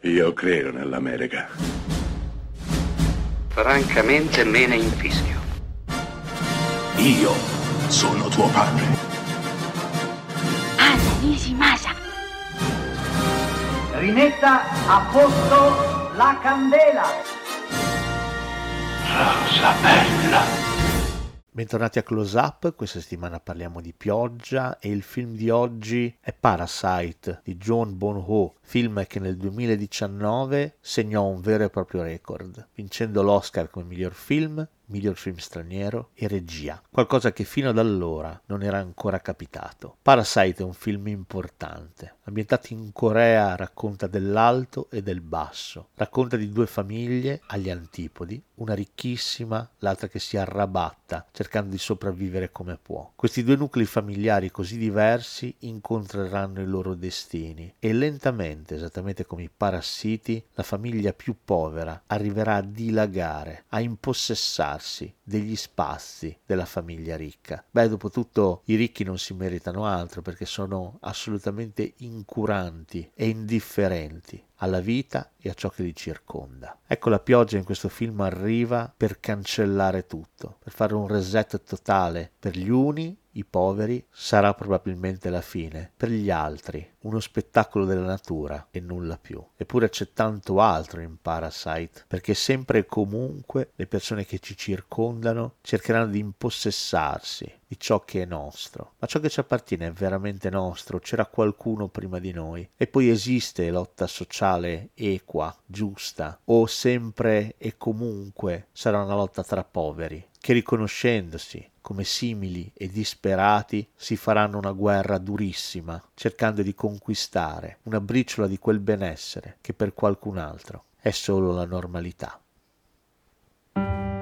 Io credo nell'America. Francamente me ne infischio. Io sono tuo padre. Anna Nishimasa. Rimetta a posto la candela. Rosa bella. Bentornati a Close Up, questa settimana parliamo di pioggia e il film di oggi è Parasite di Jon Bong-ho, film che nel 2019 segnò un vero e proprio record, vincendo l'Oscar come miglior film straniero e regia, qualcosa che fino ad allora non era ancora capitato. Parasite è un film importante, ambientato in Corea, racconta dell'alto e del basso, racconta di due famiglie agli antipodi, una ricchissima, l'altra che si arrabatta, cercando di sopravvivere come può. Questi due nuclei familiari così diversi incontreranno i loro destini e lentamente, esattamente come i parassiti, la famiglia più povera arriverà a dilagare, a impossessarsi degli spazi della famiglia ricca. Dopo tutto i ricchi non si meritano altro perché sono assolutamente incuranti e indifferenti alla vita e a ciò che li circonda. Ecco, la pioggia in questo film arriva per cancellare tutto, per fare un reset totale. Per gli uni, i poveri, sarà probabilmente la fine, per gli altri uno spettacolo della natura e nulla più. Eppure c'è tanto altro in Parasite, perché sempre e comunque le persone che ci circondano cercheranno di impossessarsi di ciò che è nostro, ma ciò che ci appartiene è veramente nostro, c'era qualcuno prima di noi. E poi esiste lotta sociale equa, giusta, o sempre e comunque sarà una lotta tra poveri, che riconoscendosi come simili e disperati si faranno una guerra durissima, cercando di conquistare una briciola di quel benessere che per qualcun altro è solo la normalità.